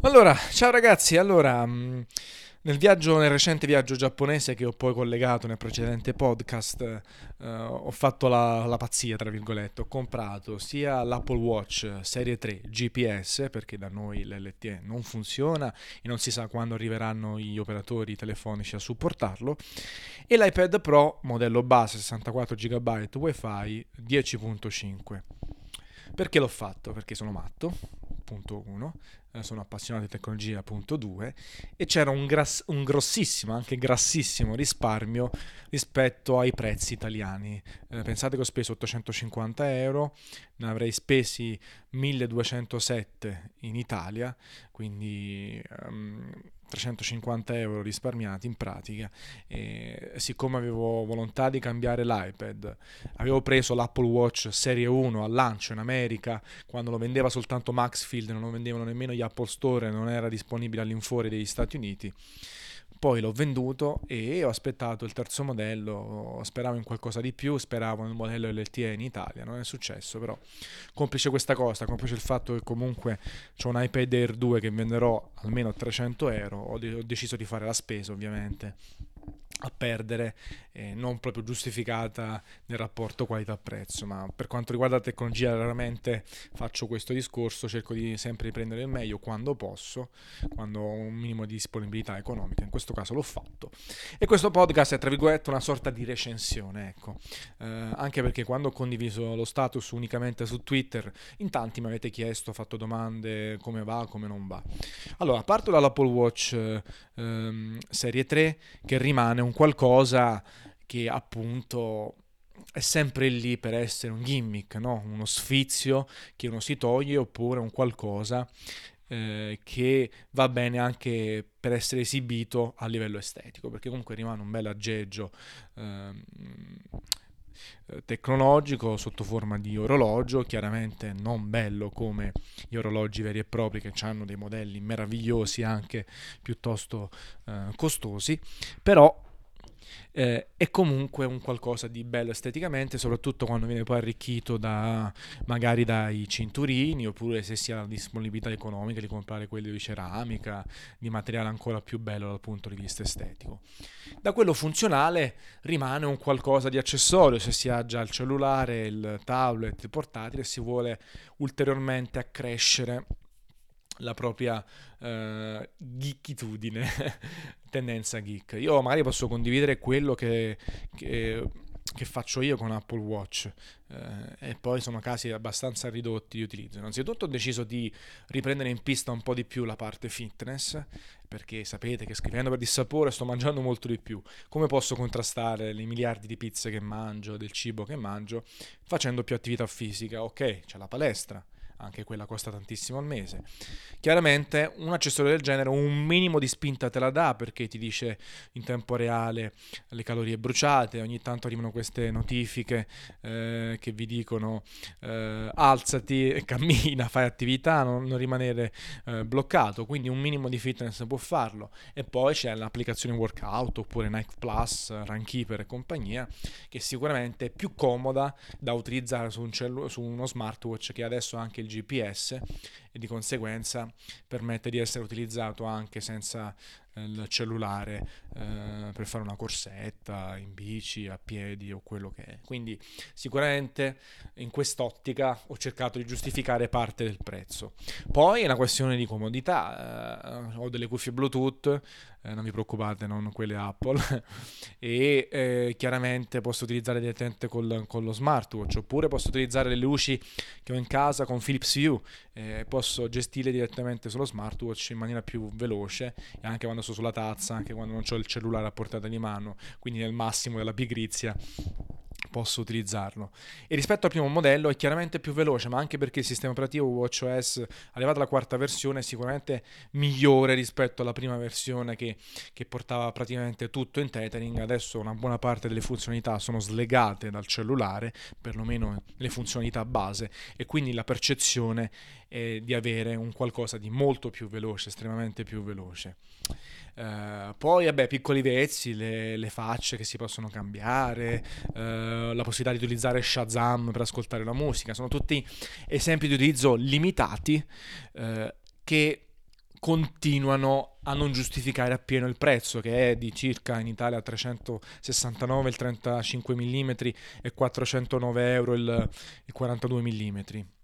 Allora, ciao ragazzi, nel recente viaggio giapponese che ho poi collegato nel precedente podcast, ho fatto la pazzia, tra virgolette, ho comprato sia l'Apple Watch Serie 3 GPS, perché da noi l'LTE non funziona e non si sa quando arriveranno gli operatori telefonici a supportarlo, e l'iPad Pro modello base 64 GB Wi-Fi 10.5. Perché l'ho fatto? Perché sono matto, punto 1, sono appassionato di tecnologia, punto 2, e c'era un grossissimo, anche grassissimo risparmio rispetto ai prezzi italiani. Pensate che ho speso 850 euro, ne avrei spesi 1207 in Italia, quindi 350 euro risparmiati in pratica. E siccome avevo volontà di cambiare l'iPad, avevo preso l'Apple Watch Serie 1 al lancio in America quando lo vendeva soltanto Maxfield, non lo vendevano nemmeno gli Apple Store, non era disponibile all'infuori degli Stati Uniti. Poi l'ho venduto e ho aspettato il terzo modello, speravo in qualcosa di più, speravo nel modello LTE in Italia, non è successo però. Complice questa cosa, complice il fatto che comunque c'ho un iPad Air 2 che venderò almeno a 300 euro, ho deciso di fare la spesa ovviamente a perdere, non proprio giustificata nel rapporto qualità-prezzo, ma per quanto riguarda la tecnologia raramente faccio questo discorso, cerco di sempre di prendere il meglio quando posso, quando ho un minimo di disponibilità economica, in questo caso l'ho fatto. E questo podcast è tra virgolette una sorta di recensione, ecco. Anche perché quando ho condiviso lo status unicamente su Twitter, in tanti mi avete chiesto, fatto domande come va, come non va. Allora, parto dall'Apple Watch Serie 3, che rimane un qualcosa che appunto è sempre lì per essere un gimmick, no? Uno sfizio che uno si toglie, oppure un qualcosa che va bene anche per essere esibito a livello estetico, perché comunque rimane un bel aggeggio ehm, tecnologico sotto forma di orologio, chiaramente non bello come gli orologi veri e propri che hanno dei modelli meravigliosi anche piuttosto costosi, però è comunque un qualcosa di bello esteticamente, soprattutto quando viene poi arricchito magari dai cinturini, oppure se si ha la disponibilità economica di comprare quelli di ceramica, di materiale ancora più bello dal punto di vista estetico. Da quello funzionale rimane un qualcosa di accessorio, se si ha già il cellulare, il tablet, il portatile, e si vuole ulteriormente accrescere la propria geekitudine, tendenza geek. Io magari posso condividere quello che faccio io con Apple Watch, e poi sono casi abbastanza ridotti di utilizzo. Innanzitutto ho deciso di riprendere in pista un po' di più la parte fitness, perché sapete che scrivendo per dissapore sto mangiando molto di più. Come posso contrastare le miliardi di pizze che mangio, del cibo che mangio, facendo più attività fisica? Ok, c'è la palestra, anche quella costa tantissimo al mese. Chiaramente un accessorio del genere un minimo di spinta te la dà, perché ti dice in tempo reale le calorie bruciate, ogni tanto arrivano queste notifiche che vi dicono alzati, cammina, fai attività, non rimanere bloccato, quindi un minimo di fitness può farlo. E poi c'è l'applicazione workout oppure Nike Plus, Runkeeper e compagnia, che sicuramente è più comoda da utilizzare su uno smartwatch che adesso ha anche il GPS, e di conseguenza permette di essere utilizzato anche senza il cellulare per fare una corsetta in bici, a piedi o quello che è. Quindi sicuramente in quest'ottica ho cercato di giustificare parte del prezzo. Poi è una questione di comodità, ho delle cuffie Bluetooth, non vi preoccupate, non quelle Apple, e chiaramente posso utilizzare direttamente con lo smartwatch, oppure posso utilizzare le luci che ho in casa con Philips Hue, posso gestire direttamente sullo smartwatch in maniera più veloce, e anche quando sto sulla tazza, anche quando non ho il cellulare a portata di mano, quindi nel massimo della pigrizia posso utilizzarlo. E rispetto al primo modello è chiaramente più veloce, ma anche perché il sistema operativo WatchOS arrivato alla quarta versione è sicuramente migliore rispetto alla prima versione che portava praticamente tutto in tethering. Adesso una buona parte delle funzionalità sono slegate dal cellulare, perlomeno le funzionalità base, e quindi la percezione è di avere un qualcosa di molto più veloce, estremamente più veloce. Poi, vabbè, piccoli vezzi, le facce che si possono cambiare, la possibilità di utilizzare Shazam per ascoltare la musica, sono tutti esempi di utilizzo limitati che continuano a non giustificare appieno il prezzo, che è di circa in Italia 369 il 35 mm e 409 euro il 42 mm.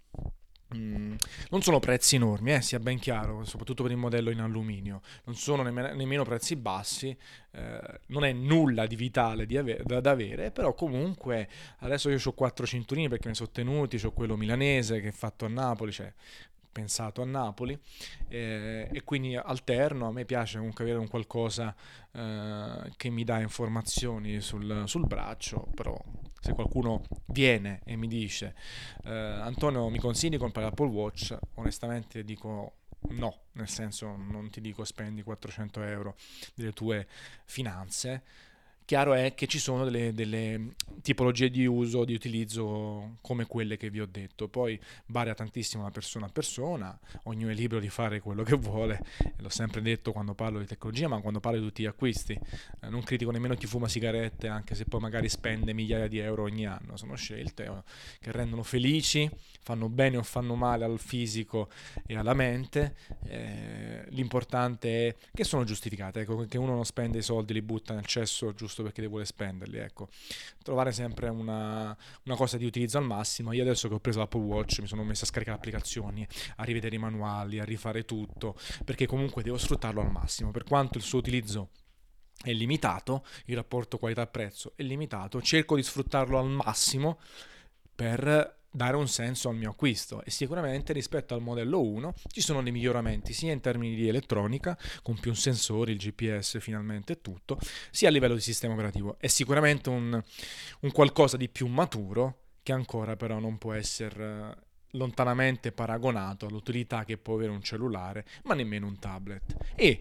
Non sono prezzi enormi, sia ben chiaro, soprattutto per il modello in alluminio. Non sono nemmeno prezzi bassi, non è nulla di vitale da avere, però comunque adesso io ho 4 cinturini perché mi sono tenuti, ho quello milanese che è fatto a Napoli, cioè pensato a Napoli, e quindi alterno. A me piace comunque avere un qualcosa che mi dà informazioni sul braccio, però se qualcuno viene e mi dice Antonio, mi consigli di comprare l'Apple Watch, onestamente dico no, nel senso non ti dico spendi 400 euro delle tue finanze. Chiaro è che ci sono delle tipologie di uso, di utilizzo come quelle che vi ho detto, poi varia tantissimo da persona a persona, ognuno è libero di fare quello che vuole, l'ho sempre detto quando parlo di tecnologia, ma quando parlo di tutti gli acquisti, non critico nemmeno chi fuma sigarette, anche se poi magari spende migliaia di euro ogni anno, sono scelte che rendono felici, fanno bene o fanno male al fisico e alla mente, l'importante è che sono giustificate, ecco, che uno non spende i soldi, li butta nel cesso giusto perché vuole spenderli, ecco. Trovare sempre una cosa di utilizzo al massimo. Io adesso che ho preso l'Apple Watch mi sono messo a scaricare applicazioni, a rivedere i manuali, a rifare tutto, perché comunque devo sfruttarlo al massimo, per quanto il suo utilizzo è limitato, il rapporto qualità-prezzo è limitato, cerco di sfruttarlo al massimo per dare un senso al mio acquisto, e sicuramente rispetto al modello 1 ci sono dei miglioramenti sia in termini di elettronica, con più sensori, il GPS finalmente e tutto, sia a livello di sistema operativo. È sicuramente un qualcosa di più maturo, che ancora però non può essere lontanamente paragonato all'utilità che può avere un cellulare, ma nemmeno un tablet. E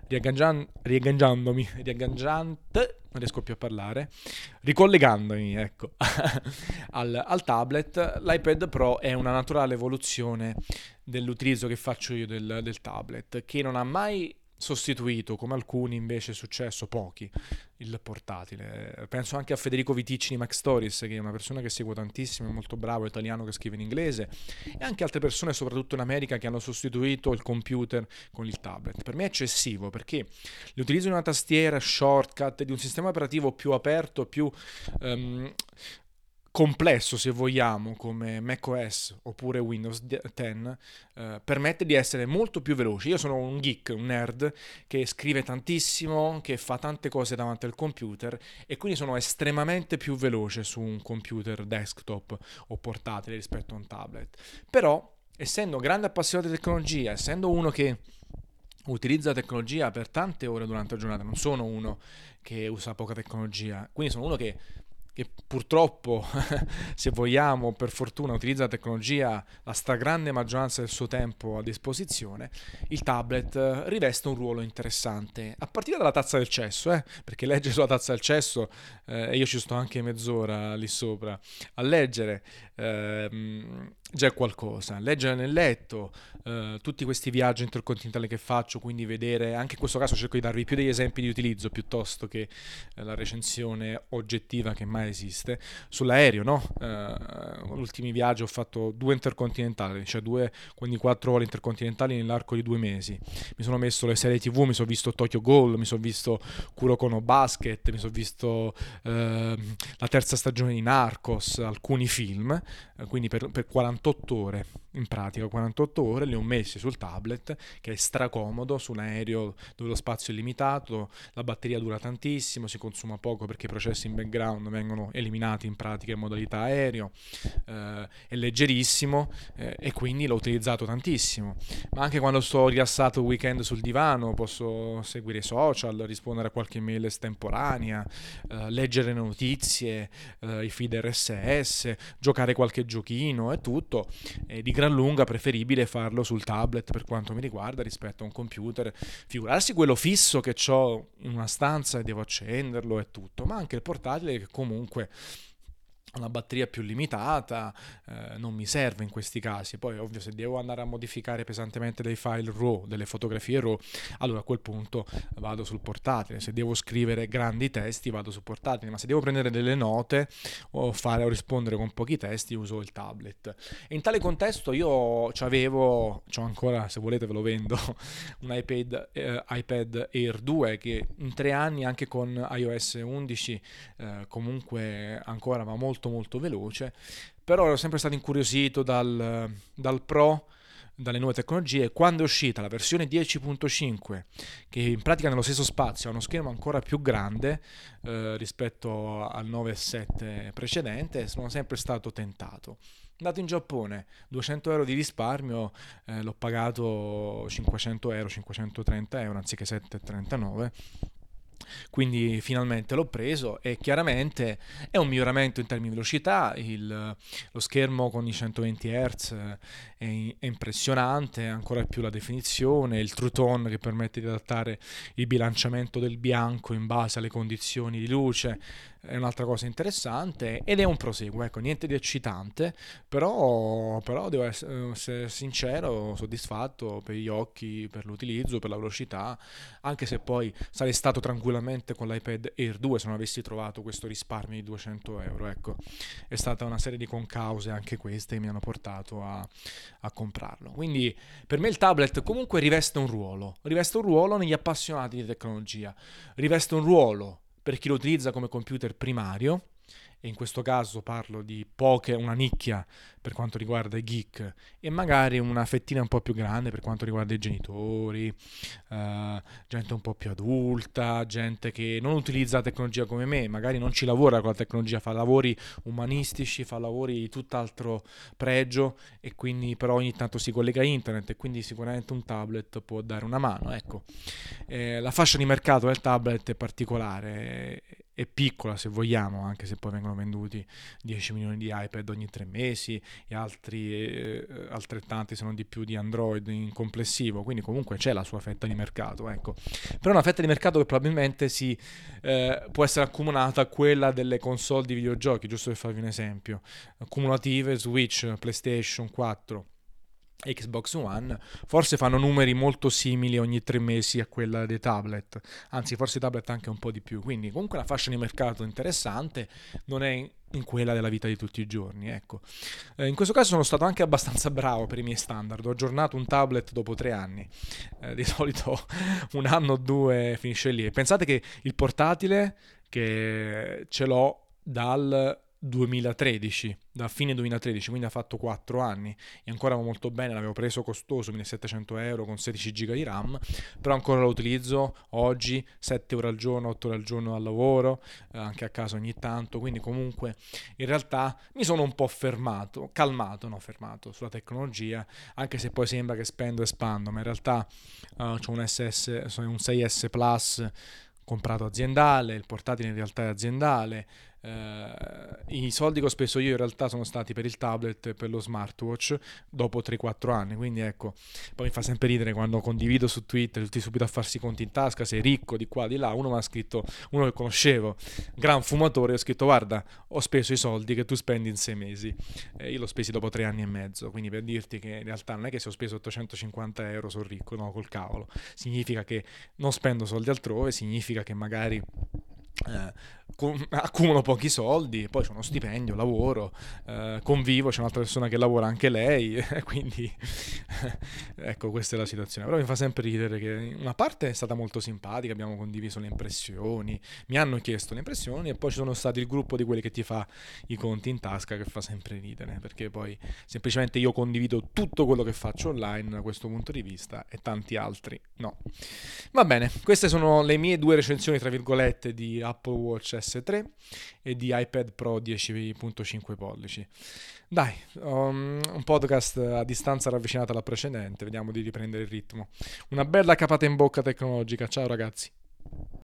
non riesco più a parlare, ricollegandomi, ecco, al tablet, l'iPad Pro è una naturale evoluzione dell'utilizzo che faccio io del tablet, che non ha mai sostituito, come alcuni invece è successo, pochi, il portatile. Penso anche a Federico Viticci di Mac Stories, che è una persona che seguo tantissimo, è molto bravo, italiano, che scrive in inglese, e anche altre persone, soprattutto in America, che hanno sostituito il computer con il tablet. Per me è eccessivo, perché l'utilizzo di una tastiera, shortcut, di un sistema operativo più aperto, più complesso, se vogliamo, come macOS oppure Windows 10, permette di essere molto più veloci. Io sono un geek, un nerd che scrive tantissimo, che fa tante cose davanti al computer, e quindi sono estremamente più veloce su un computer desktop o portatile rispetto a un tablet. Però, essendo grande appassionato di tecnologia, essendo uno che utilizza la tecnologia per tante ore durante la giornata, non sono uno che usa poca tecnologia, quindi sono uno che purtroppo, se vogliamo, per fortuna, utilizza la tecnologia la stragrande maggioranza del suo tempo a disposizione, il tablet riveste un ruolo interessante, a partire dalla tazza del cesso, perché leggere sulla tazza del cesso, e io ci sto anche mezz'ora lì sopra a leggere, già è qualcosa. Leggere nel letto, tutti questi viaggi intercontinentali che faccio, quindi vedere, anche in questo caso cerco di darvi più degli esempi di utilizzo piuttosto che la recensione oggettiva che mai esiste. Sull'aereo, no? Ultimi viaggi ho fatto 2 intercontinentali, cioè 2, quindi 4 voli intercontinentali nell'arco di 2 mesi. Mi sono messo le serie TV, mi sono visto Tokyo Ghoul, mi sono visto Kuroko no Basket, mi sono visto la terza stagione di Narcos, alcuni film, quindi per 48 ore, in pratica 48 ore li ho messi sul tablet, che è stracomodo, su un aereo dove lo spazio è limitato, la batteria dura tantissimo, si consuma poco perché i processi in background vengono eliminati in pratica in modalità aereo, è leggerissimo, e quindi l'ho utilizzato tantissimo. Ma anche quando sto rilassato il weekend sul divano posso seguire i social, rispondere a qualche mail estemporanea, leggere notizie, i feed RSS, giocare qualche giochino e tutto. È di gran lunga preferibile farlo sul tablet per quanto mi riguarda rispetto a un computer. Figurarsi quello fisso che ho in una stanza e devo accenderlo e tutto, ma anche il portatile che comunque una batteria più limitata, non mi serve in questi casi. Poi ovvio, se devo andare a modificare pesantemente dei file RAW, delle fotografie RAW, allora a quel punto vado sul portatile. Se devo scrivere grandi testi vado sul portatile, ma se devo prendere delle note o rispondere con pochi testi uso il tablet. E in tale contesto io c'ho ancora, se volete ve lo vendo, un iPad Air 2 che in 3 anni anche con iOS 11 comunque ancora va molto molto veloce, però ero sempre stato incuriosito dal Pro, dalle nuove tecnologie. Quando è uscita la versione 10.5, che in pratica nello stesso spazio ha uno schermo ancora più grande rispetto al 9.7 precedente, sono sempre stato tentato. Andato in Giappone, 200 euro di risparmio, l'ho pagato 500 euro, 530 euro anziché 7,39. Quindi finalmente l'ho preso e chiaramente è un miglioramento in termini di velocità, lo schermo con i 120 Hz è impressionante, ancora più la definizione, il True Tone che permette di adattare il bilanciamento del bianco in base alle condizioni di luce, è un'altra cosa interessante ed è un proseguo, ecco, niente di eccitante, però devo essere sincero, soddisfatto per gli occhi, per l'utilizzo, per la velocità, anche se poi sarei stato tranquillamente con l'iPad Air 2 se non avessi trovato questo risparmio di 200 euro, ecco, è stata una serie di concause anche queste che mi hanno portato a comprarlo. Quindi per me il tablet comunque riveste un ruolo negli appassionati di tecnologia, riveste un ruolo per chi lo utilizza come computer primario, e in questo caso parlo di una nicchia per quanto riguarda i geek e magari una fettina un po' più grande per quanto riguarda i genitori, gente un po' più adulta, gente che non utilizza la tecnologia come me, magari non ci lavora con la tecnologia, fa lavori umanistici, fa lavori di tutt'altro pregio e quindi però ogni tanto si collega a internet e quindi sicuramente un tablet può dare una mano, ecco. La fascia di mercato del tablet è particolare, è piccola se vogliamo, anche se poi vengono venduti 10 milioni di iPad ogni 3 mesi e altri altrettanti se non di più di Android in complessivo, quindi comunque c'è la sua fetta di mercato, ecco. Però una fetta di mercato che probabilmente può essere accomunata a quella delle console di videogiochi, giusto per farvi un esempio, cumulative Switch, PlayStation 4, Xbox One, forse fanno numeri molto simili ogni 3 mesi a quella dei tablet, anzi forse i tablet anche un po' di più, quindi comunque una fascia di mercato interessante, non è in quella della vita di tutti i giorni, ecco. In questo caso sono stato anche abbastanza bravo per i miei standard, ho aggiornato un tablet dopo 3 anni, di solito un anno o due finisce lì, e pensate che il portatile che ce l'ho dal 2013, da fine 2013, quindi ha fatto 4 anni e ancora va molto bene, l'avevo preso costoso, 1700 euro con 16 giga di RAM, però ancora lo utilizzo oggi 7 ore al giorno, 8 ore al giorno al lavoro, anche a casa ogni tanto, quindi comunque in realtà mi sono un po' fermato sulla tecnologia, anche se poi sembra che spendo e spando, ma in realtà ho un 6S Plus comprato aziendale, il portatile in realtà è aziendale, i soldi che ho speso io in realtà sono stati per il tablet e per lo smartwatch dopo 3-4 anni, quindi ecco, poi mi fa sempre ridere quando condivido su Twitter tutti subito a farsi i conti in tasca, sei ricco di qua di là, uno mi ha scritto, uno che conoscevo, gran fumatore, ho scritto guarda ho speso i soldi che tu spendi in 6 mesi, io l'ho spesi dopo 3 anni e mezzo, quindi per dirti che in realtà non è che se ho speso 850 euro sono ricco, no, col cavolo, significa che non spendo soldi altrove, significa che magari accumulo pochi soldi, poi c'è uno stipendio, lavoro, convivo, c'è un'altra persona che lavora anche lei, quindi ecco questa è la situazione. Però mi fa sempre ridere che una parte è stata molto simpatica, abbiamo condiviso le impressioni, mi hanno chiesto le impressioni e poi ci sono stati il gruppo di quelli che ti fa i conti in tasca che fa sempre ridere, perché poi semplicemente io condivido tutto quello che faccio online da questo punto di vista e tanti altri no. Va bene, queste sono le mie 2 recensioni tra virgolette di Apple Watch S3 e di iPad Pro 10.5 pollici. Dai, un podcast a distanza ravvicinata alla precedente, vediamo di riprendere il ritmo. Una bella capata in bocca tecnologica, ciao ragazzi.